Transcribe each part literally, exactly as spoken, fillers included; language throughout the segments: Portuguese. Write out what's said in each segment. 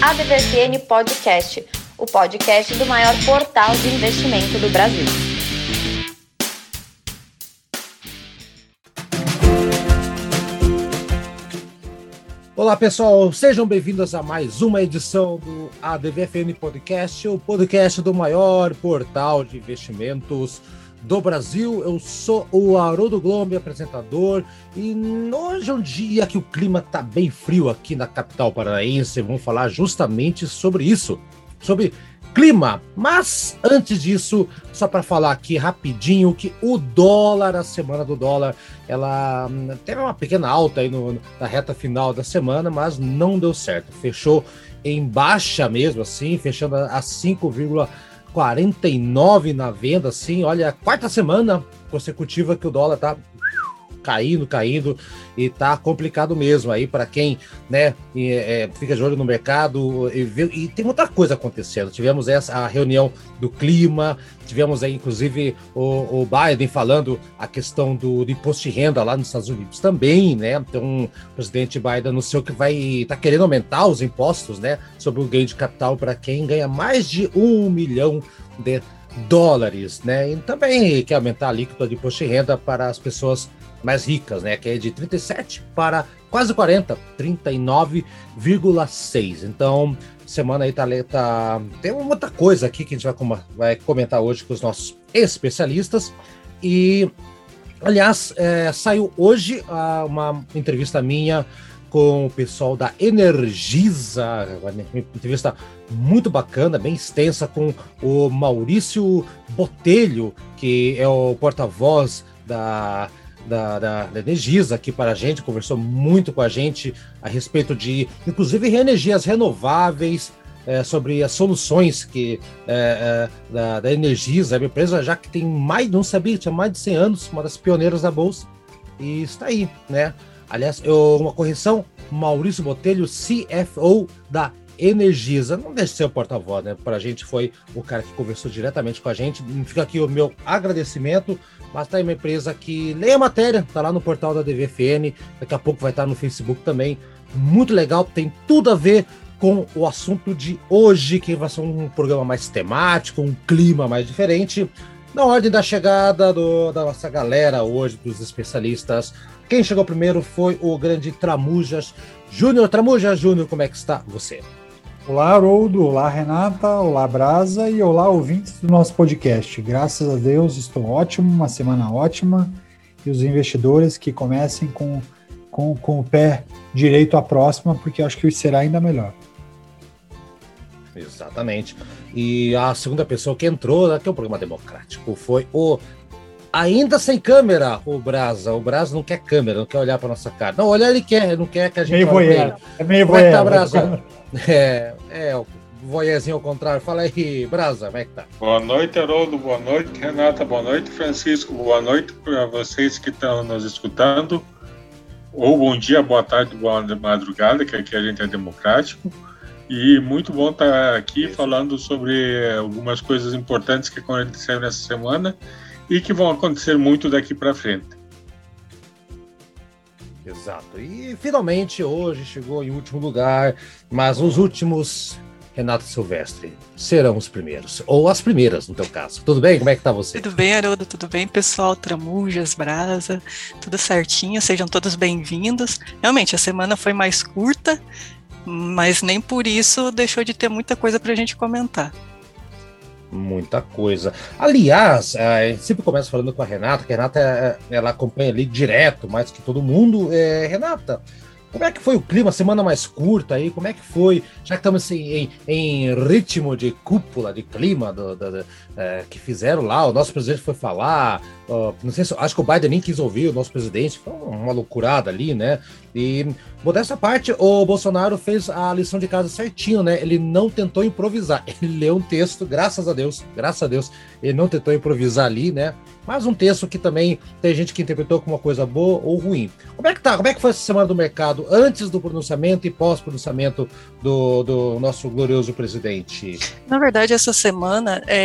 A D V F N Podcast, o podcast do maior portal de investimento do Brasil. Olá pessoal, sejam bem-vindos a mais uma edição do A D V F N Podcast, o podcast do maior portal de investimentos do Brasil. Eu sou o Haroldo Glombi, apresentador, e hoje é um dia que o clima está bem frio aqui na capital paranaense. Vamos falar justamente sobre isso, sobre clima. Mas antes disso, só para falar aqui rapidinho que o dólar, a semana do dólar, ela teve uma pequena alta aí no, na reta final da semana, mas não deu certo. Fechou em baixa mesmo, assim, fechando a cinco vírgula quarenta e nove na venda, assim. Olha, a quarta semana consecutiva que o dólar tá caindo, caindo, e tá complicado mesmo aí para quem, né, é, fica de olho no mercado e, vê, e tem muita coisa acontecendo. Tivemos essa a reunião do clima, tivemos aí inclusive o, o Biden falando a questão do, do imposto de renda lá nos Estados Unidos também, né? Então o presidente Biden anunciou que vai tá querendo aumentar os impostos, né, sobre o ganho de capital para quem ganha mais de um milhão de dólares, né? E também quer aumentar a alíquota de imposto de renda para as pessoas mais ricas, né, que é de trinta e sete para quase quarenta, trinta e nove vírgula seis. Então, semana aí tá, tá tem muita coisa aqui que a gente vai, com, vai comentar hoje com os nossos especialistas. E, aliás, é, saiu hoje uh, uma entrevista minha com o pessoal da Energisa, uma entrevista muito bacana, bem extensa, com o Maurício Botelho, que é o porta-voz da Da, da, da Energisa aqui para a gente, conversou muito com a gente a respeito de, inclusive, energias renováveis, é, sobre as soluções que, é, é, da, da Energisa, a minha empresa já que tem mais, não sabia, tinha mais de cem anos, uma das pioneiras da Bolsa, e está aí, né? Aliás, eu, uma correção, Maurício Botelho, C F O da Energisa, não deixe de ser o porta-voz, né? Para a gente foi o cara que conversou diretamente com a gente. Fica aqui o meu agradecimento. Mas tá aí uma empresa que leia a matéria, tá lá no portal da D V F N, daqui a pouco vai estar no Facebook também. Muito legal, tem tudo a ver com o assunto de hoje, que vai ser um programa mais temático, um clima mais diferente. Na ordem da chegada do, da nossa galera hoje, dos especialistas, quem chegou primeiro foi o grande Tramujas Júnior. Tramujas Júnior, como é que está você? Olá, Haroldo, olá, Renata, olá, Brasa, e olá, ouvintes do nosso podcast. Graças a Deus, estou ótimo, uma semana ótima, e os investidores que comecem com, com, com o pé direito à próxima, porque acho que será ainda melhor. Exatamente. E a segunda pessoa que entrou, aqui é um programa democrático, foi o ainda sem câmera, o Brasa. O Brasa não quer câmera, não quer olhar para nossa cara. Não, olhar ele quer, ele não quer que a gente... Meio voyeur. É meio voyeur. Como é que tá, Brasa? É, é, o voyeurzinho ao contrário. Fala aí, Brasa, como é que tá? Boa noite, Haroldo, boa noite, Renata, boa noite, Francisco, boa noite para vocês que estão nos escutando. Ou bom dia, boa tarde, boa madrugada, que aqui a gente é democrático. E muito bom estar aqui falando sobre algumas coisas importantes que aconteceram nessa semana e que vão acontecer muito daqui para frente. Exato. E finalmente hoje chegou em último lugar, mas os últimos, Renato Silvestre, serão os primeiros, ou as primeiras no teu caso. Tudo bem? Como é que tá você? Tudo bem, Haroldo, tudo bem, pessoal, Tramujas, Brasa, tudo certinho, sejam todos bem-vindos. Realmente, a semana foi mais curta, mas nem por isso deixou de ter muita coisa pra gente comentar. Muita coisa. Aliás, é, sempre começo falando com a Renata, que a Renata ela acompanha ali direto, mais que todo mundo. É, Renata, como é que foi o clima? Semana mais curta aí, como é que foi? Já que estamos assim, em, em ritmo de cúpula, de clima do, do, do, é, que fizeram lá, o nosso presidente foi falar, uh, não sei se, acho que o Biden nem quis ouvir o nosso presidente, foi uma loucurada ali, né? E, modéstia à parte, o Bolsonaro fez a lição de casa certinho, né? Ele não tentou improvisar, ele leu um texto, graças a Deus, graças a Deus, ele não tentou improvisar ali, né? Mas um texto que também tem gente que interpretou como uma coisa boa ou ruim. Como é que tá? Como é que foi essa semana do mercado, antes do pronunciamento e pós-pronunciamento do, do nosso glorioso presidente? Na verdade, essa semana é,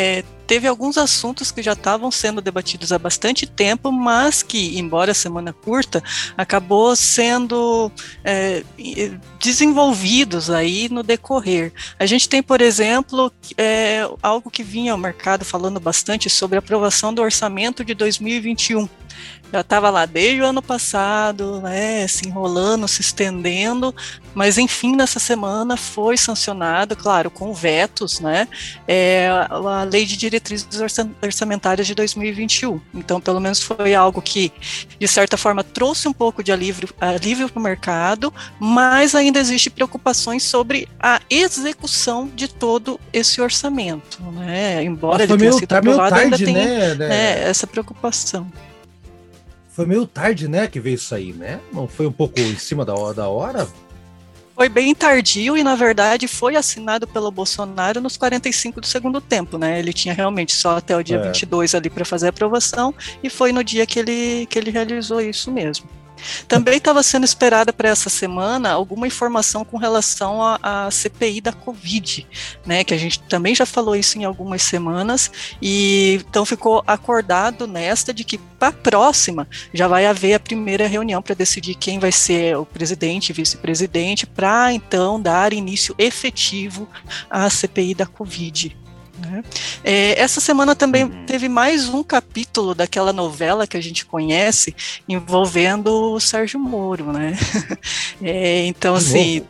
teve alguns assuntos que já estavam sendo debatidos há bastante tempo, mas que, embora a semana curta, acabou sendo é, desenvolvidos aí no decorrer. A gente tem, por exemplo, é, algo que vinha ao mercado falando bastante sobre a aprovação do orçamento de dois mil e vinte e um. Já estava lá desde o ano passado, né, se enrolando, se estendendo, mas enfim, nessa semana foi sancionado, claro, com vetos, né, é, a Lei de Diretrizes Orçamentárias de dois mil e vinte e um. Então, pelo menos foi algo que, de certa forma, trouxe um pouco de alívio, alívio para o mercado, mas ainda existe preocupações sobre a execução de todo esse orçamento, né, embora ele tenha sido aprovado, ainda tem né, né, essa preocupação. Foi meio tarde, né, que veio isso aí, né? Não foi um pouco em cima da hora? Da hora? Foi bem tardio e, na verdade, foi assinado pelo Bolsonaro nos quarenta e cinco do segundo tempo, né? Ele tinha realmente só até o dia é. vinte e dois ali para fazer a aprovação e foi no dia que ele, que ele realizou isso mesmo. Também estava sendo esperada para essa semana alguma informação com relação à C P I da Covid, né, que a gente também já falou isso em algumas semanas, e então ficou acordado nesta de que para a próxima já vai haver a primeira reunião para decidir quem vai ser o presidente e vice-presidente, para então dar início efetivo à C P I da Covid. É, essa semana também uhum. teve mais um capítulo daquela novela que a gente conhece envolvendo o Sérgio Moro, né? É, então, assim,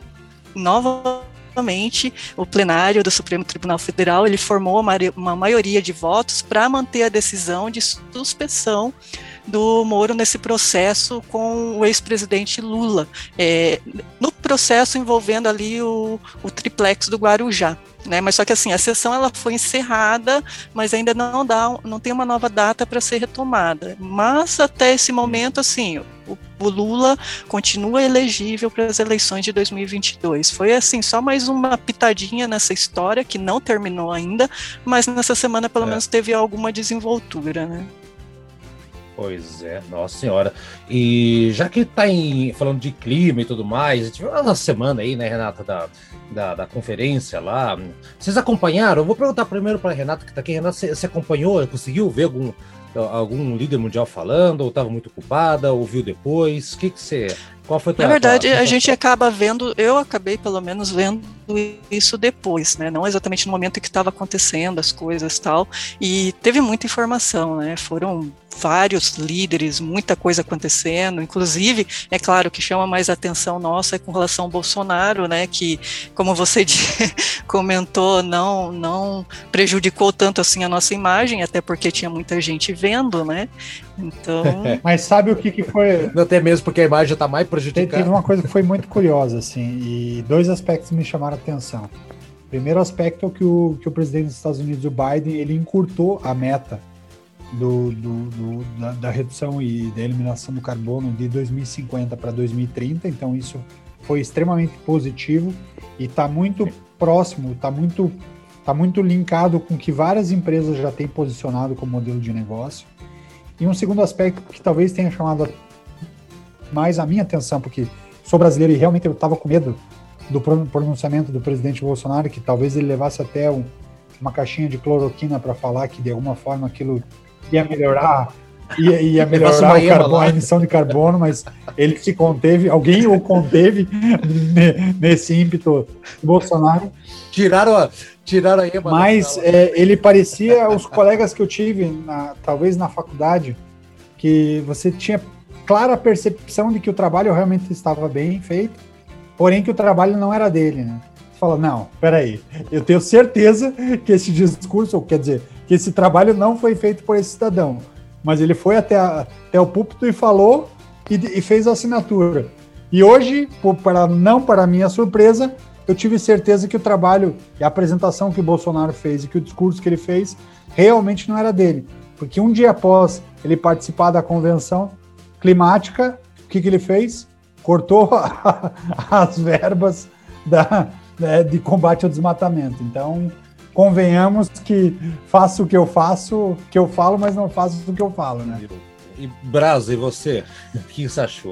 novamente, o plenário do Supremo Tribunal Federal, ele formou uma, uma maioria de votos para manter a decisão de suspensão do Moro nesse processo com o ex-presidente Lula, é, no processo envolvendo ali o, o triplex do Guarujá. Né, mas só que assim, a sessão ela foi encerrada, mas ainda não, dá, não tem uma nova data para ser retomada. Mas até esse momento, assim, o, o Lula continua elegível para as eleições de dois mil e vinte e dois. Foi assim, só mais uma pitadinha nessa história, que não terminou ainda, mas nessa semana pelo é. menos teve alguma desenvoltura, né? Pois é, nossa senhora. E já que tá em, falando de clima e tudo mais, a gente viu uma semana aí, né, Renata, da, da, da conferência lá. Vocês acompanharam? Eu vou perguntar primeiro para a Renata, que tá aqui. Renata, você, você acompanhou? Conseguiu ver algum, algum líder mundial falando? Ou estava muito ocupada? Ou viu depois? O que que você... Qual foi a tua, Na verdade, tua, a gente acaba vendo, eu acabei pelo menos vendo isso depois, né? Não exatamente no momento em que estava acontecendo as coisas e tal, e teve muita informação, né? Foram vários líderes, muita coisa acontecendo, inclusive, é claro que chama mais atenção nossa é com relação ao Bolsonaro, né? Que, como você comentou, não, não prejudicou tanto assim a nossa imagem, até porque tinha muita gente vendo, né? Então... Mas sabe o que, que foi... Não, até mesmo porque a imagem já está mais prejudicada. Teve uma coisa que foi muito curiosa, assim, e dois aspectos me chamaram a atenção. O primeiro aspecto é que o, que o presidente dos Estados Unidos, o Biden, ele encurtou a meta do, do, do, da, da redução e da eliminação do carbono de dois mil e cinquenta para dois mil e trinta, então isso foi extremamente positivo e está muito próximo, está muito, tá muito linkado com o que várias empresas já têm posicionado como modelo de negócio. E um segundo aspecto que talvez tenha chamado mais a minha atenção, porque sou brasileiro e realmente eu estava com medo do pronunciamento do presidente Bolsonaro, que talvez ele levasse até um, uma caixinha de cloroquina para falar que de alguma forma aquilo ia melhorar, ia, ia melhorar o carbono, a emissão de carbono, mas ele se conteve, alguém o conteve nesse ímpeto do Bolsonaro. Tiraram a, tiraram a ema. Mas é, ele parecia os colegas que eu tive, na, talvez na faculdade, que você tinha clara percepção de que o trabalho realmente estava bem feito, porém que o trabalho não era dele, né? Você fala, não, peraí, eu tenho certeza que esse discurso, ou quer dizer, que esse trabalho não foi feito por esse cidadão, mas ele foi até, a, até o púlpito e falou e, e fez a assinatura. E hoje, por, para, não para minha surpresa, eu tive certeza que o trabalho e a apresentação que o Bolsonaro fez e que o discurso que ele fez realmente não era dele. Porque um dia após ele participar da convenção climática, o que, que ele fez? Cortou a, as verbas da, né, de combate ao desmatamento. Então, convenhamos que faço o que eu faço, que eu falo, mas não faço o que eu falo, né? E Brasa, e você? O que você achou?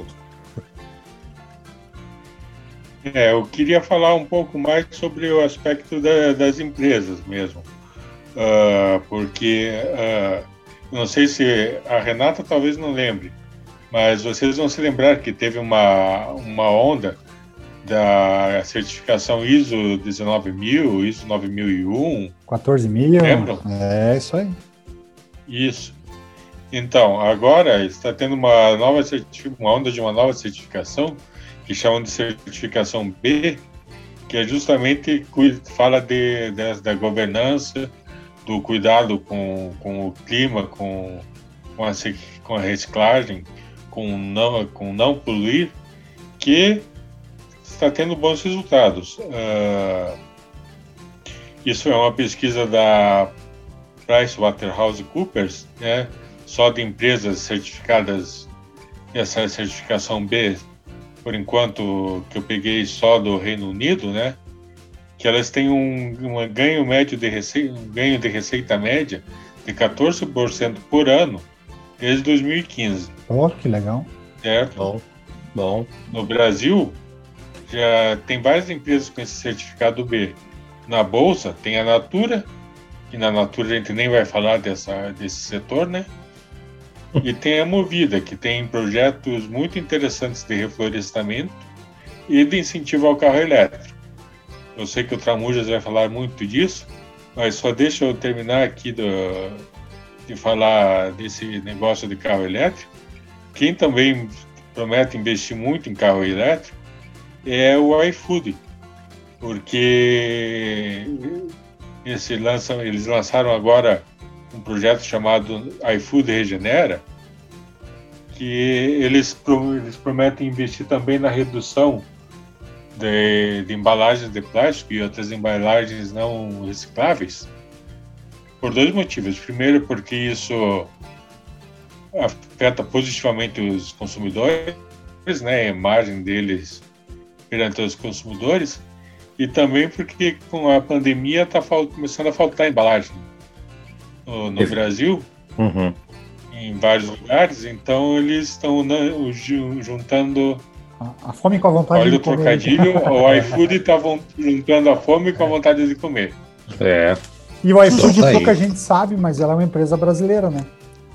É, eu queria falar um pouco mais sobre o aspecto da, das empresas mesmo. uh, porque uh, não sei se a Renata talvez não lembre, mas vocês vão se lembrar que teve uma, uma onda da certificação I S O dezenove mil, I S O nove mil e um. quatorze mil? Lembram? É, isso aí. Isso. Então, agora está tendo uma nova uma onda de uma nova certificação que chamam de certificação B, que é justamente fala de, de, da governança, do cuidado com, com o clima, com, com, a, com a reciclagem, com não, com não poluir, que está tendo bons resultados. Uh, isso é uma pesquisa da PricewaterhouseCoopers, né? Só de empresas certificadas, essa certificação B, por enquanto que eu peguei só do Reino Unido, né? Que elas têm um, um ganho médio de receita, um ganho de receita média de quatorze por cento por ano desde dois mil e quinze. Oh, que legal. Certo? Bom, bom. No Brasil, já tem várias empresas com esse certificado B. Na Bolsa, tem a Natura, que na Natura a gente nem vai falar dessa, desse setor, né? E tem a Movida, que tem projetos muito interessantes de reflorestamento e de incentivo ao carro elétrico. Eu sei que o Tramujas vai falar muito disso, mas só deixa eu terminar aqui do, de falar desse negócio de carro elétrico. Quem também promete investir muito em carro elétrico é o iFood, porque esse lança, eles lançaram agora um projeto chamado iFood Regenera, que eles, eles prometem investir também na redução de, de embalagens de plástico e outras embalagens não recicláveis, por dois motivos. Primeiro, porque isso afeta positivamente os consumidores, né, a imagem deles perante os consumidores, e também porque com a pandemia está começando a faltar embalagem no, no Brasil, uhum. em vários lugares, então eles estão juntando a, a fome com a vontade olha de o comer. trocadilho, o iFood está juntando a fome com a vontade de comer. É. E o iFood, Então, pouca gente sabe, mas ela é uma empresa brasileira, né?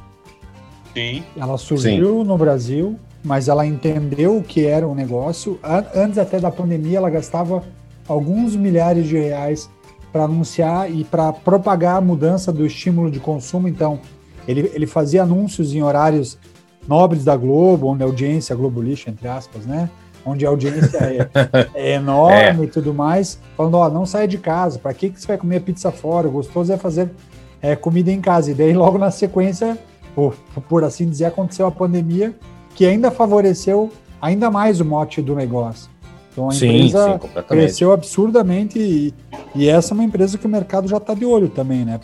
Sim. Ela surgiu Sim. no Brasil, mas ela entendeu o que era o negócio. Antes até da pandemia, ela gastava alguns milhares de reais para anunciar e para propagar a mudança do estímulo de consumo. Então, ele, ele fazia anúncios em horários nobres da Globo, onde a audiência, Globo lixo, entre aspas, né? Onde a audiência é, é enorme é. e tudo mais, falando, ó, não saia de casa, para que, que você vai comer pizza fora? O gostoso é fazer é, comida em casa. E daí, logo na sequência, por, por assim dizer, aconteceu a pandemia, que ainda favoreceu ainda mais o mote do negócio. Então a sim, empresa sim, cresceu absurdamente e, e essa é uma empresa que o mercado já está de olho também, né?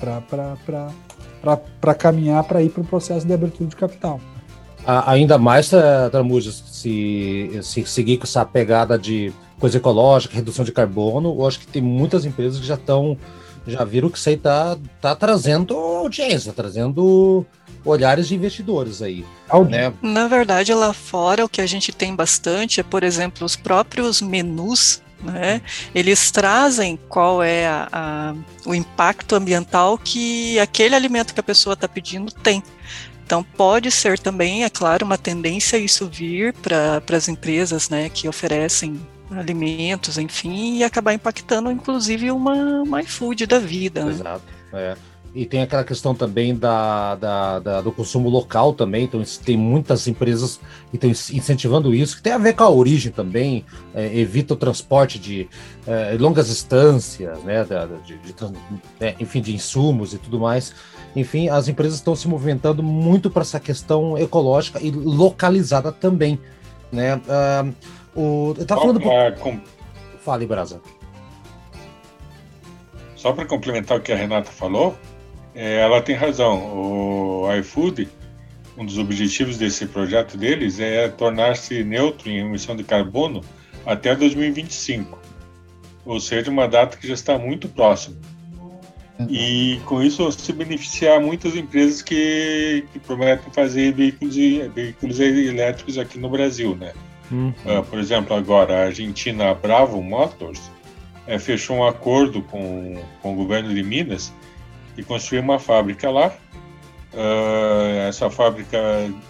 Para caminhar para ir para o processo de abertura de capital. Ainda mais, Tramujas, se, se seguir com essa pegada de coisa ecológica, redução de carbono, eu acho que tem muitas empresas que já estão, já viram que isso aí está tá trazendo audiência, trazendo olhares de investidores aí. Né? Na verdade, lá fora, o que a gente tem bastante é, por exemplo, os próprios menus, né? Eles trazem qual é a, a, o impacto ambiental que aquele alimento que a pessoa está pedindo tem. Então, pode ser também, é claro, uma tendência isso vir para as empresas, né, que oferecem alimentos, enfim, e acabar impactando, inclusive, uma, uma iFood da vida. Exato, né? É. E tem aquela questão também da, da, da, do consumo local também, então tem muitas empresas que estão incentivando isso, que tem a ver com a origem também, é, evita o transporte de é, longas distâncias, né, de, de, de, é, enfim, de insumos e tudo mais. Enfim, as empresas estão se movimentando muito para essa questão ecológica e localizada também, né? Uh, o, eu estava falando... Pra, com... Fale, Brasa. Só para complementar o que a Renata falou, é, ela tem razão. O iFood, um dos objetivos desse projeto deles é tornar-se neutro em emissão de carbono até dois mil e vinte e cinco, ou seja, uma data que já está muito próxima. E com isso se beneficiar muitas empresas que, que prometem fazer veículos, veículos elétricos aqui no Brasil, né? Uhum. Uh, por exemplo, agora a Argentina Bravo Motors é, fechou um acordo com, com o governo de Minas e construir uma fábrica lá. Uh, essa fábrica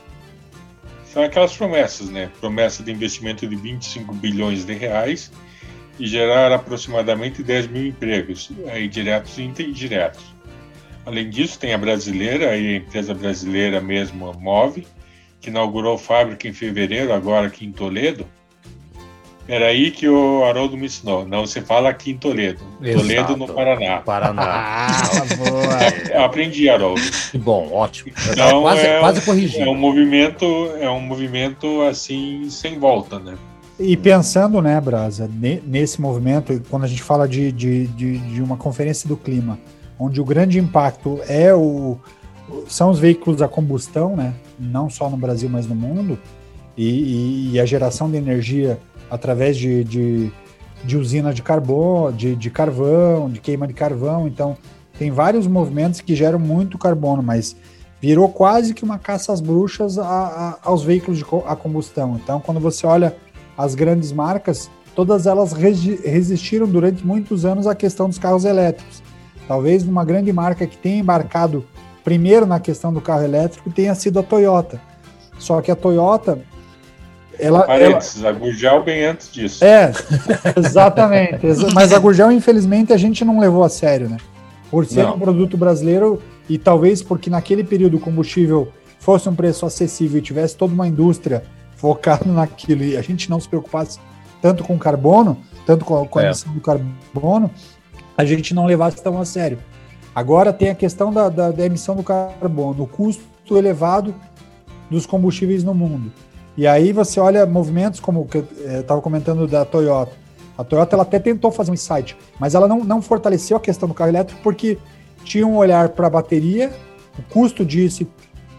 são aquelas promessas, né? Promessa de investimento de vinte e cinco bilhões de reais e gerar aproximadamente dez mil empregos, aí, diretos e indiretos. Além disso, tem a brasileira, aí a empresa brasileira mesmo, a Move, que inaugurou fábrica em fevereiro, agora aqui em Toledo. Era aí que o Haroldo me ensinou. Não se fala aqui em Toledo. Exato. Toledo, no Paraná. Paraná. Ah, boa. Aprendi, Haroldo. Que bom, ótimo. Então, quase, é, quase corrigi. É um movimento, é um movimento assim, sem volta, né? E pensando, né, Brasa, ne- nesse movimento, quando a gente fala de, de, de, de uma conferência do clima, onde o grande impacto é o, são os veículos a combustão, né? Não só no Brasil, mas no mundo, e, e, e a geração de energia através de, de, de usina de carbono, de, de carvão, de queima de carvão. Então, tem vários movimentos que geram muito carbono, mas virou quase que uma caça às bruxas a, a, aos veículos de co- a combustão. Então, quando você olha as grandes marcas, todas elas resi- resistiram durante muitos anos à questão dos carros elétricos. Talvez uma grande marca que tenha embarcado primeiro na questão do carro elétrico tenha sido a Toyota. Só que a Toyota... Ela, Parênteses, ela... a Gurgel bem antes disso. É, exatamente. Mas a Gurgel, infelizmente, a gente não levou a sério, né? Por ser não. um produto brasileiro e talvez porque naquele período o combustível fosse um preço acessível e tivesse toda uma indústria focada naquilo e a gente não se preocupasse tanto com carbono, tanto com a, com a é. emissão do carbono, a gente não levasse tão a sério. Agora tem a questão da, da, da emissão do carbono, o custo elevado dos combustíveis no mundo. E aí você olha movimentos como que eu estava comentando da Toyota. A Toyota ela até tentou fazer um insight, mas ela não, não fortaleceu a questão do carro elétrico porque tinha um olhar para a bateria, o custo disso,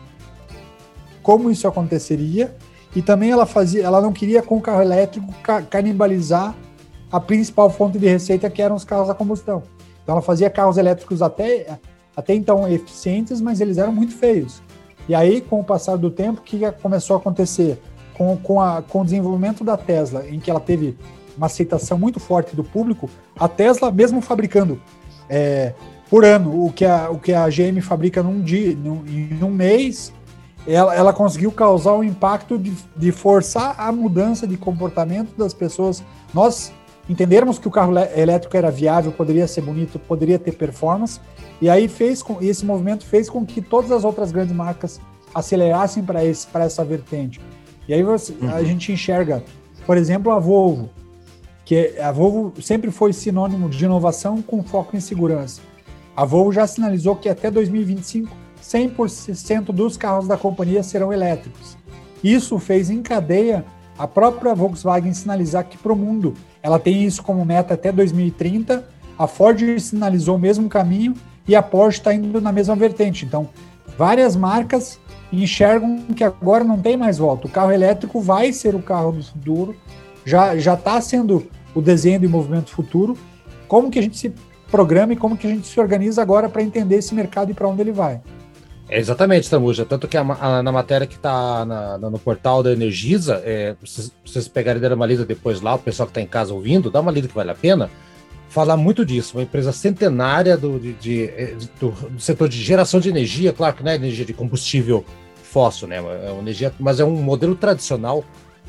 como isso aconteceria, e também ela fazia, ela não queria com o carro elétrico ca- canibalizar a principal fonte de receita, que eram os carros a combustão. Então ela fazia carros elétricos até, até então eficientes, mas eles eram muito feios. E aí, com o passar do tempo, o que começou a acontecer? Com, com, a, com o desenvolvimento da Tesla, em que ela teve uma aceitação muito forte do público, a Tesla, mesmo fabricando é, por ano o que, a, o que a G M fabrica num dia, num, em um mês, ela, ela conseguiu causar um impacto de, de forçar a mudança de comportamento das pessoas. Nós entendermos que o carro elétrico era viável, poderia ser bonito, poderia ter performance, e aí fez com, esse movimento fez com que todas as outras grandes marcas acelerassem para essa vertente. E aí você, uhum. a gente enxerga, por exemplo, a Volvo, que a Volvo sempre foi sinônimo de inovação com foco em segurança. A Volvo já sinalizou que até dois mil e vinte e cinco, cem por cento dos carros da companhia serão elétricos. Isso fez em cadeia a própria Volkswagen sinalizar que para o mundo ela tem isso como meta até dois mil e trinta, a Ford sinalizou o mesmo caminho e a Porsche está indo na mesma vertente. Então, várias marcas enxergam que agora não tem mais volta. O carro elétrico vai ser o carro do futuro, já já está sendo o desenho de movimento futuro. Como que a gente se programa e como que a gente se organiza agora para entender esse mercado e para onde ele vai? É exatamente, Tamuja. Tanto que a, a, na matéria que está no portal da Energisa, é, vocês, vocês pegarem e deram uma lida depois lá, o pessoal que está em casa ouvindo, dá uma lida que vale a pena, falar muito disso. Uma empresa centenária do, de, de, do, do setor de geração de energia, claro que não é energia de combustível fóssil, né? É uma energia, mas é um modelo tradicional,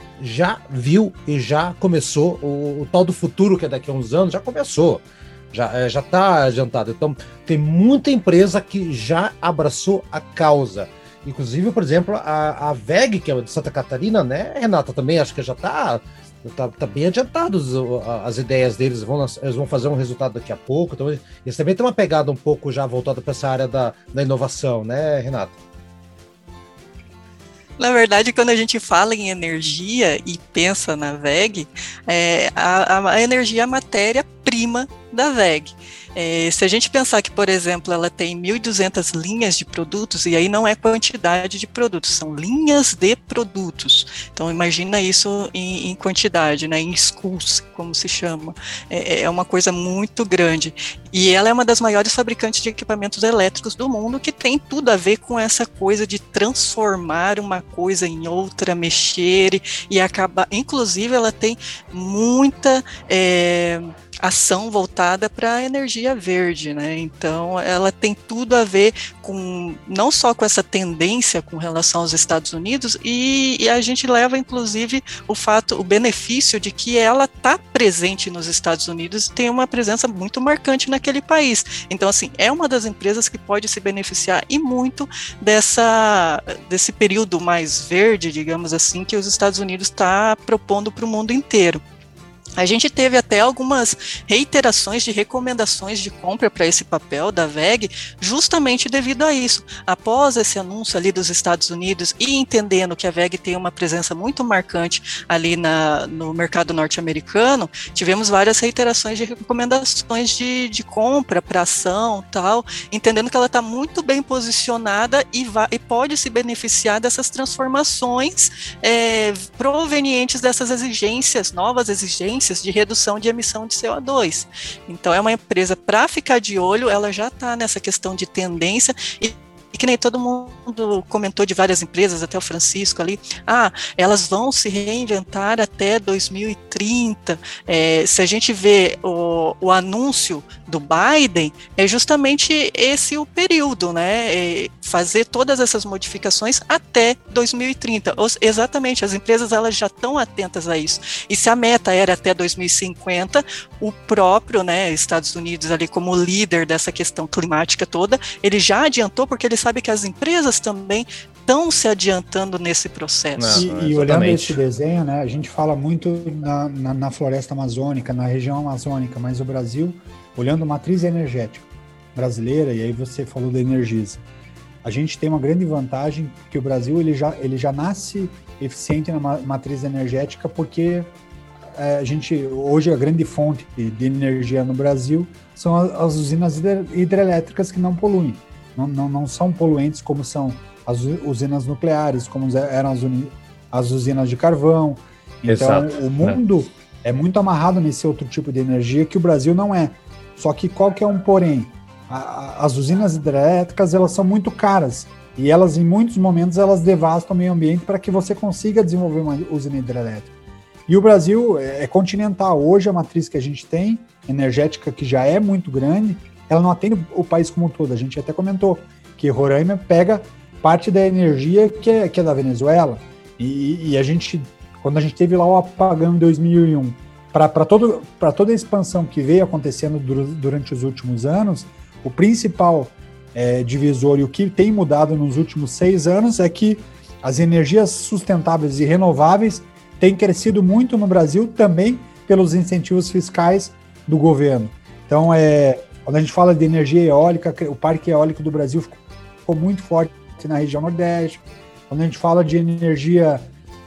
já viu e já começou, o, o tal do futuro, que é daqui a uns anos, já começou. Já já está adiantado. Então, tem muita empresa que já abraçou a causa. Inclusive, por exemplo, a, a V E G, que é de Santa Catarina, né, Renata, também acho que já está tá, tá bem adiantados as ideias deles. Vão, eles vão fazer um resultado daqui a pouco. Então, eles também têm uma pegada um pouco já voltada para essa área da, da inovação, né, Renata? Na verdade, quando a gente fala em energia e pensa na V E G, é, a, a energia é a matéria-prima da V E G. É, se a gente pensar que, por exemplo, ela tem mil e duzentas linhas de produtos, e aí não é quantidade de produtos, são linhas de produtos. Então, imagina isso em, em quantidade, né, em schools, como se chama. É, é uma coisa muito grande. E ela é uma das maiores fabricantes de equipamentos elétricos do mundo, que tem tudo a ver com essa coisa de transformar uma coisa em outra, mexer e acabar. Inclusive, ela tem muita é, ação voltada voltada para a energia verde, né? Então, ela tem tudo a ver com, não só com essa tendência com relação aos Estados Unidos, e, e a gente leva, inclusive, o fato, o benefício de que ela está presente nos Estados Unidos e tem uma presença muito marcante naquele país. Então, assim, é uma das empresas que pode se beneficiar e muito dessa, desse período mais verde, digamos assim, que os Estados Unidos está propondo para o mundo inteiro. A gente teve até algumas reiterações de recomendações de compra para esse papel da W E G, justamente devido a isso. Após esse anúncio ali dos Estados Unidos e entendendo que a W E G tem uma presença muito marcante ali na, no mercado norte-americano, tivemos várias reiterações de recomendações de, de compra para ação e tal, entendendo que ela está muito bem posicionada e, vai, e pode se beneficiar dessas transformações é, provenientes dessas exigências, novas exigências de redução de emissão de C O dois. Então é uma empresa para ficar de olho, ela já está nessa questão de tendência e E que nem todo mundo comentou de várias empresas, até o Francisco ali, ah, elas vão se reinventar até dois mil e trinta. É, se a gente vê o, o anúncio do Biden, é justamente esse o período, né? É fazer todas essas modificações até dois mil e trinta. Ou, exatamente, as empresas elas já estão atentas a isso. E se a meta era até dois mil e cinquenta, o próprio, né, Estados Unidos ali como líder dessa questão climática toda, ele já adiantou porque ele sabe que as empresas também estão se adiantando nesse processo. Não, e, e olhando esse desenho, né, a gente fala muito na, na, na floresta amazônica, na região amazônica, mas o Brasil, olhando a matriz energética brasileira, e aí você falou da Energisa, a gente tem uma grande vantagem que o Brasil ele já, ele já nasce eficiente na matriz energética porque é, a gente, hoje a grande fonte de energia no Brasil são as, as usinas hidrelétricas que não poluem. Não, não, não são poluentes como são as usinas nucleares, como eram as, uni, as usinas de carvão. Então, exato, o mundo é. é muito amarrado nesse outro tipo de energia que o Brasil não é. Só que qual que é um porém? A, a, as usinas hidrelétricas, elas são muito caras e elas, em muitos momentos, elas devastam o meio ambiente para que você consiga desenvolver uma usina hidrelétrica. E o Brasil é, é continental. Hoje, a matriz que a gente tem, energética, que já é muito grande, ela não atende o país como um todo. A gente até comentou que Roraima pega parte da energia que é, que é da Venezuela. E, e a gente, quando a gente teve lá o apagão em dois mil e um, para toda a expansão que veio acontecendo durante os últimos anos, o principal é, divisor e o que tem mudado nos últimos seis anos é que as energias sustentáveis e renováveis têm crescido muito no Brasil também pelos incentivos fiscais do governo. Então, é... Quando a gente fala de energia eólica, o parque eólico do Brasil ficou muito forte na região Nordeste. Quando a gente fala de energia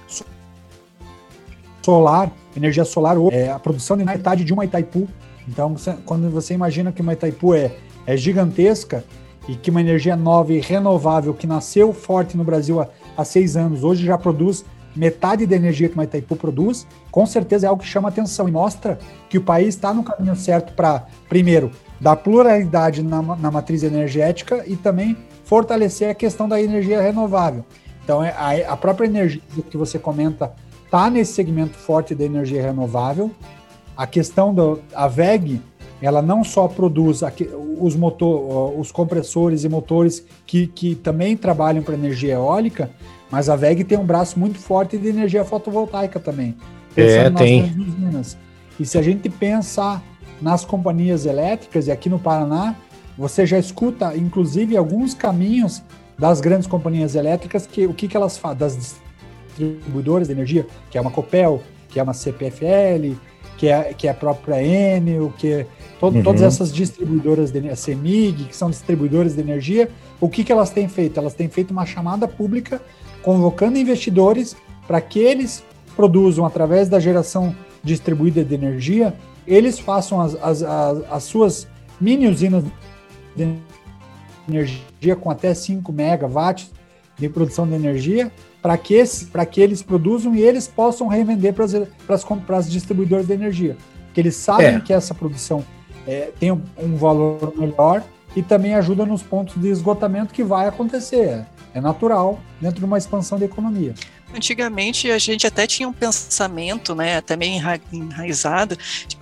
solar, energia solar, é, a produção de metade de uma Itaipu. Então, quando você imagina que uma Itaipu é, é gigantesca e que uma energia nova e renovável que nasceu forte no Brasil há, há seis anos, hoje já produz metade da energia que uma Itaipu produz, com certeza é algo que chama atenção e mostra que o país está no caminho certo para, primeiro, dar pluralidade na, na matriz energética e também fortalecer a questão da energia renovável. Então, é, a, a própria energia que você comenta está nesse segmento forte da energia renovável. A questão da a W E G, ela não só produz aqui, os, motor, os compressores e motores que, que também trabalham para energia eólica, mas a W E G tem um braço muito forte de energia fotovoltaica também. É, tem. Usinas. E se a gente pensar nas companhias elétricas, e aqui no Paraná, você já escuta, inclusive, alguns caminhos das grandes companhias elétricas, que o que, que elas fazem, das distribuidoras de energia, que é uma Copel, que é uma C P F L, que é, que é a própria Enel, que é to, uhum. todas essas distribuidoras, de, a CEMIG, que são distribuidoras de energia, o que, que elas têm feito? Elas têm feito uma chamada pública, convocando investidores para que eles produzam, através da geração distribuída de energia, eles façam as, as, as, as suas mini usinas de energia com até cinco megawatts de produção de energia, para que, esse, para que eles produzam e eles possam revender para as para as distribuidoras de energia. Porque eles sabem é. que essa produção é, tem um, um valor melhor e também ajuda nos pontos de esgotamento que vai acontecer. É natural dentro de uma expansão da economia. Antigamente a gente até tinha um pensamento, né, até meio enra- enraizado,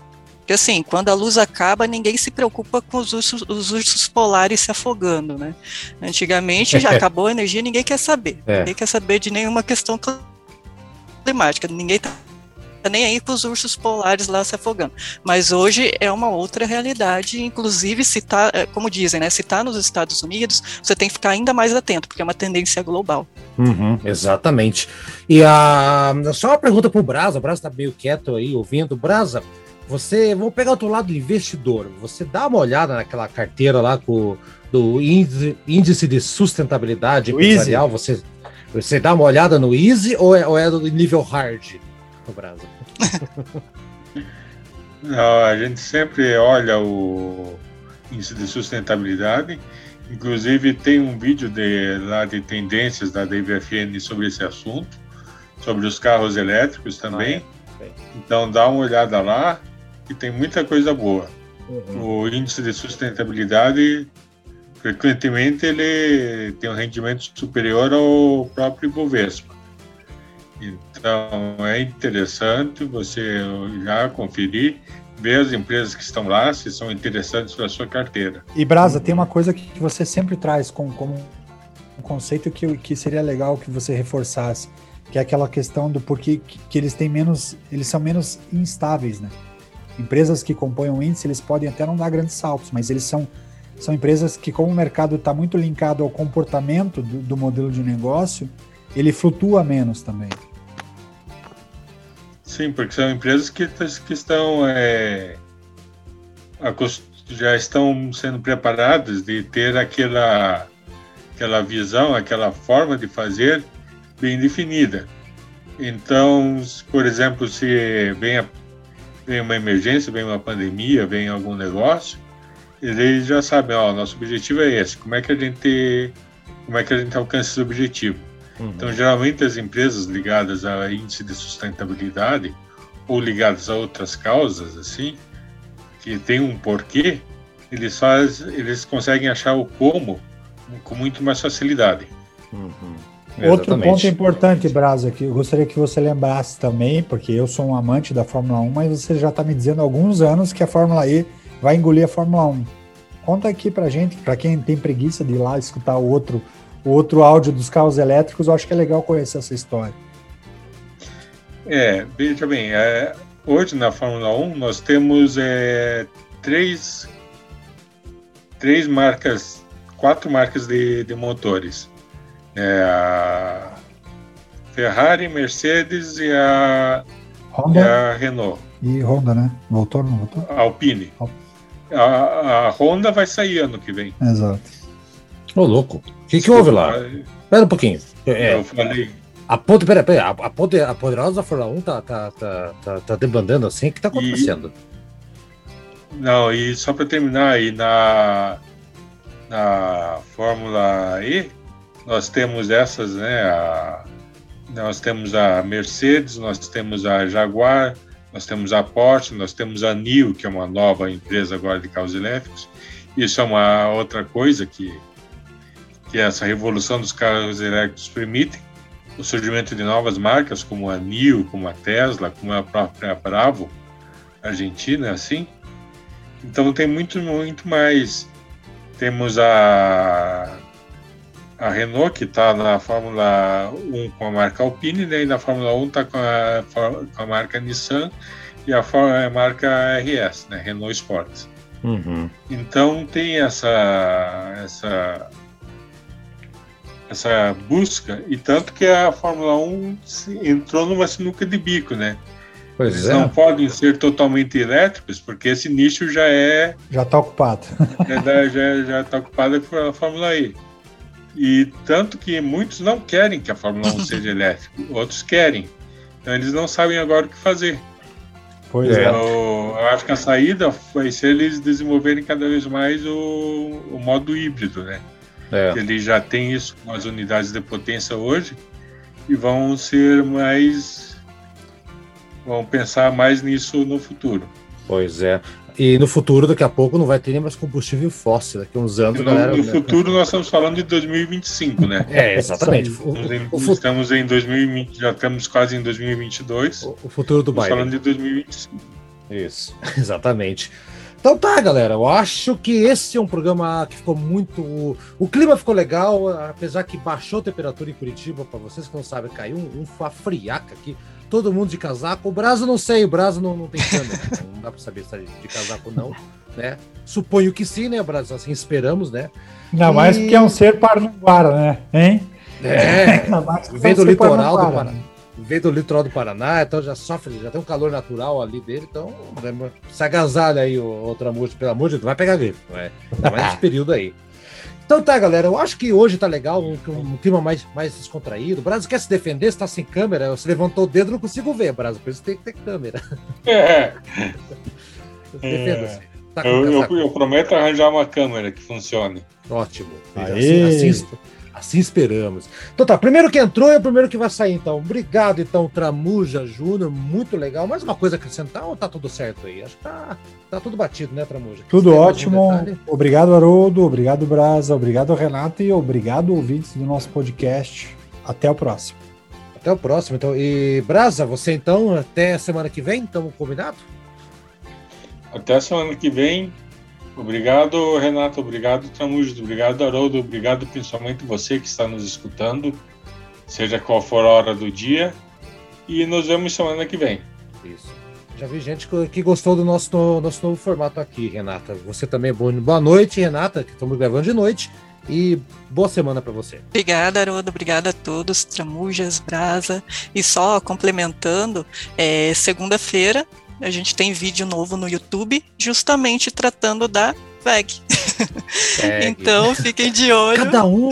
Porque assim, quando a luz acaba, ninguém se preocupa com os ursos, os ursos polares se afogando, né? Antigamente já acabou a energia, ninguém quer saber. É. Ninguém quer saber de nenhuma questão climática. Ninguém tá nem aí com os ursos polares lá se afogando. Mas hoje é uma outra realidade, inclusive se tá, como dizem, né? Se tá nos Estados Unidos, você tem que ficar ainda mais atento, porque é uma tendência global. Uhum, exatamente. E a, só uma pergunta pro Brasa, o Brasa tá meio quieto aí, ouvindo. Brasa, você, vamos pegar outro lado do investidor, você dá uma olhada naquela carteira lá com, do índice, índice de sustentabilidade empresarial, você, você dá uma olhada no Easy ou é, ou é do nível hard? Brasa. Não, a gente sempre olha o índice de sustentabilidade, inclusive tem um vídeo de, lá de tendências da D V F N sobre esse assunto, sobre os carros elétricos também, ah, é. Então dá uma olhada lá e tem muita coisa boa. Uhum. O índice de sustentabilidade, frequentemente ele tem um rendimento superior ao próprio Ibovespa. Então, é interessante você já conferir, ver as empresas que estão lá, se são interessantes para a sua carteira. E, Brasa, tem uma coisa que você sempre traz como, como um conceito que, que seria legal que você reforçasse, que é aquela questão do porquê que, que eles têm menos, eles são menos instáveis, né? Empresas que compõem o índice, eles podem até não dar grandes saltos, mas eles são, são empresas que, como o mercado está muito linkado ao comportamento do, do modelo de negócio, ele flutua menos também. Sim, porque são empresas que, que estão é, já estão sendo preparadas de ter aquela, aquela visão, aquela forma de fazer bem definida. Então, por exemplo, se vem, a, vem uma emergência, vem uma pandemia, vem algum negócio, eles já sabem, ó, nosso objetivo é esse, como é que a gente, como é que a gente alcança esse objetivo. Então, geralmente, as empresas ligadas a índice de sustentabilidade ou ligadas a outras causas, assim, que tem um porquê, eles, faz, eles conseguem achar o como com muito mais facilidade. Uhum. Outro ponto importante, Brasa, que eu gostaria que você lembrasse também, porque eu sou um amante da Fórmula um, mas você já está me dizendo há alguns anos que a Fórmula E vai engolir a Fórmula um. Conta aqui pra gente, para quem tem preguiça de ir lá escutar o outro O outro áudio dos carros elétricos, eu acho que é legal conhecer essa história. É, veja bem, é, hoje na Fórmula um nós temos é, três, três marcas, quatro marcas de, de motores. É, a Ferrari, Mercedes e a, Honda, e a Renault. E Honda, né? Voltou, não voltou? A Alpine. A, a Honda vai sair ano que vem. Exato. Ô, louco. O que, que houve lá? Espera um pouquinho. É, eu falei. A ponte, pera, pera, a, a, ponte, a poderosa da Fórmula um tá, tá, tá, tá, tá debandando assim? O que tá acontecendo? E, não, e só para terminar aí, na, na Fórmula E, nós temos essas, né? A, nós temos a Mercedes, nós temos a Jaguar, nós temos a Porsche, nós temos a N I O, que é uma nova empresa agora de carros elétricos. Isso é uma outra coisa que que essa revolução dos carros elétricos permite o surgimento de novas marcas, como a N I O, como a Tesla, como a própria Bravo, Argentina, assim. Então tem muito, muito mais. Temos a, a Renault, que está na Fórmula um com a marca Alpine, né? E na Fórmula um está com a, com a marca Nissan e a, a marca R S, né? Renault Sport. Uhum. Então tem essa... essa essa busca, e tanto que a Fórmula um entrou numa sinuca de bico, né? Pois Eles é. não podem ser totalmente elétricos, porque esse nicho já é... Já está ocupado. já já está ocupado pela Fórmula E. E tanto que muitos não querem que a Fórmula um seja elétrica, outros querem. Então eles não sabem agora o que fazer. Pois é. Eu, eu acho que a saída vai ser eles desenvolverem cada vez mais o, o modo híbrido, né? É. Eles já têm isso com as unidades de potência hoje e vão ser mais, vão pensar mais nisso no futuro. Pois é. E no futuro, daqui a pouco, não vai ter nem mais combustível fóssil. Daqui a uns anos, no, galera... No futuro, nós estamos falando de dois mil e vinte e cinco, né? É, exatamente. O, estamos, em, estamos em dois mil e vinte, já estamos quase em dois mil e vinte e dois. O, o futuro do Biden. Estamos falando de dois mil e vinte e cinco. Isso, exatamente. Então tá, galera, eu acho que esse é um programa que ficou muito... O clima ficou legal, apesar que baixou a temperatura em Curitiba, para vocês que não sabem, caiu um, uma friaca aqui, todo mundo de casaco. O Brazo não sei, o Brazo não, não tem câmera, não dá para saber se tá de casaco ou não, né? Suponho que sim, né, Brazo? Assim esperamos, né? Ainda mais e... porque é um ser paranaguara, né? Hein? É, vem do litoral do Paraná. Veio do litoral do Paraná, então já sofre, já tem um calor natural ali dele, então se agasalha aí, outra música, pelo amor de Deus, vai pegar gripe, não é? Ainda mais nesse período aí. Então tá, galera, eu acho que hoje tá legal, um, um clima mais, mais descontraído. O Brasil quer se defender, você tá sem câmera, você levantou o dedo, não consigo ver, Brasil, por isso tem que ter câmera. É. Defenda-se. Tá eu, eu, eu prometo arranjar uma câmera que funcione. Ótimo. Assim, assim, assim esperamos. Então tá, primeiro que entrou é o primeiro que vai sair, então. Obrigado, então, Tramuja Júnior, muito legal. Mais uma coisa a acrescentar ou tá tudo certo aí? Acho que tá, tá tudo batido, né, Tramuja? Tudo ótimo. Obrigado, Haroldo. Obrigado, Brasa. Obrigado, Renato. E obrigado, ouvintes do nosso podcast. Até o próximo. Até o próximo, então. E, Brasa, você, então, até semana que vem? Estamos combinados? Até a semana que vem. Obrigado, Renato. Obrigado, Tramujas. Obrigado, Haroldo. Obrigado, principalmente você que está nos escutando, seja qual for a hora do dia. E nos vemos semana que vem. Isso. Já vi gente que gostou do nosso, no, nosso novo formato aqui, Renata. Você também. Boa noite, Renata, que estamos gravando de noite. E boa semana para você. Obrigada, Haroldo. Obrigada a todos, Tramujas, Brasa. E só complementando, é, segunda-feira a gente tem vídeo novo no YouTube, justamente tratando da V E G. É, então, fiquem de olho. Cada um,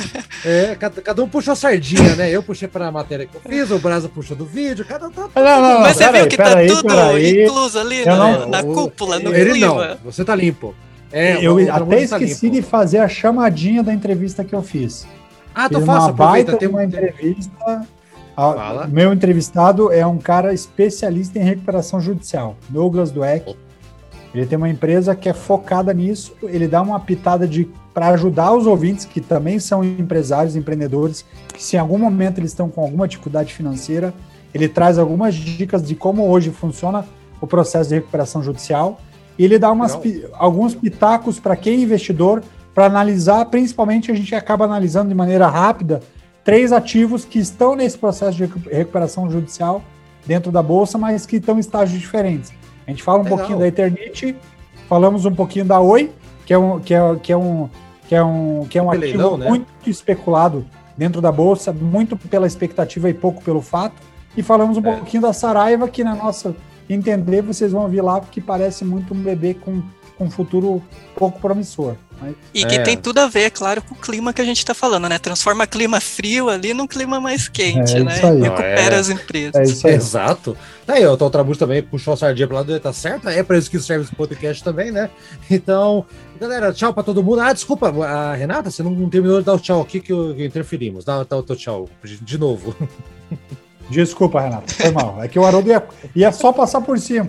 é, cada, cada um puxou a sardinha, né? Eu puxei para a matéria que eu fiz, o Brasa puxou do vídeo, cada um tá... Não, não, mas você viu aí, que tá aí, tudo aí. incluso ali na, não, na o, cúpula, no ele clima. Não, você tá limpo. É, eu o, até o esqueci tá de fazer a chamadinha da entrevista que eu fiz. Ah, tô fiz fácil, uma baita tem uma um... entrevista... O meu entrevistado é um cara especialista em recuperação judicial, Douglas Dweck. Ele tem uma empresa que é focada nisso, ele dá uma pitada de para ajudar os ouvintes que também são empresários, empreendedores, que se em algum momento eles estão com alguma dificuldade financeira, ele traz algumas dicas de como hoje funciona o processo de recuperação judicial, e ele dá umas, alguns pitacos para quem é investidor, para analisar, principalmente a gente acaba analisando de maneira rápida três ativos que estão nesse processo de recuperação judicial dentro da Bolsa, mas que estão em estágios diferentes. A gente fala um Legal. pouquinho da Eternit, falamos um pouquinho da Oi, que é um, que é, que é um, que é um, que é um ativo leilão, né? muito especulado dentro da Bolsa, muito pela expectativa e pouco pelo fato, e falamos um é. pouquinho da Saraiva, que na nossa entender vocês vão ver lá, que parece muito um bebê com, com um futuro pouco promissor. Mas... E que é. tem tudo a ver, é claro, com o clima que a gente está falando, né? Transforma clima frio ali num clima mais quente, é né? Aí. Recupera é. as empresas. É isso aí. Exato. Aí, o Tramujas também puxou a sardinha pro lado, tá certo? É para isso que serve esse podcast também, né? Então, galera, tchau para todo mundo. Ah, desculpa, a Renata, você não terminou de dar o tchau aqui que, eu, que interferimos. Dá, dá o teu tchau de novo. Desculpa, Renata, foi mal. É que o Haroldo ia, ia só passar por cima.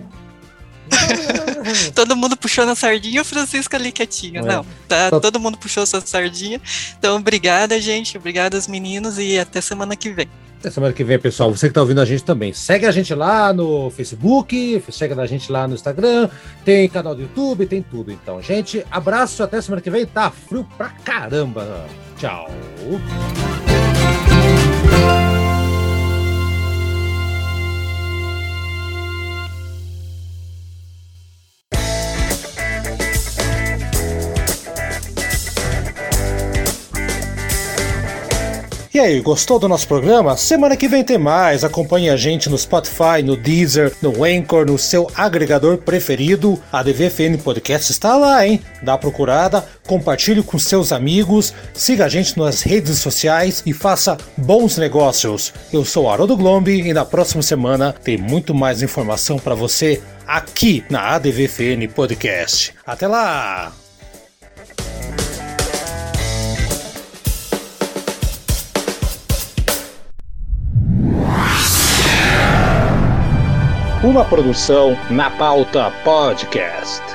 Todo mundo puxou na sardinha, o Francisco ali quietinho. É. Não, tá, Tô... todo mundo puxou sua sardinha. Então, obrigada, gente. Obrigada aos meninos e até semana que vem. Até semana que vem, pessoal. Você que tá ouvindo a gente também. Segue a gente lá no Facebook, segue a gente lá no Instagram, tem canal do YouTube, tem tudo. Então, gente, abraço, até semana que vem. Tá frio pra caramba. Tchau. E aí, gostou do nosso programa? Semana que vem tem mais. Acompanhe a gente no Spotify, no Deezer, no Anchor, no seu agregador preferido. A D V F N Podcast está lá, hein? Dá uma procurada, compartilhe com seus amigos, siga a gente nas redes sociais e faça bons negócios. Eu sou Haroldo Glombi e na próxima semana tem muito mais informação para você aqui na A D V F N Podcast. Até lá! Uma produção Na Pauta Podcast.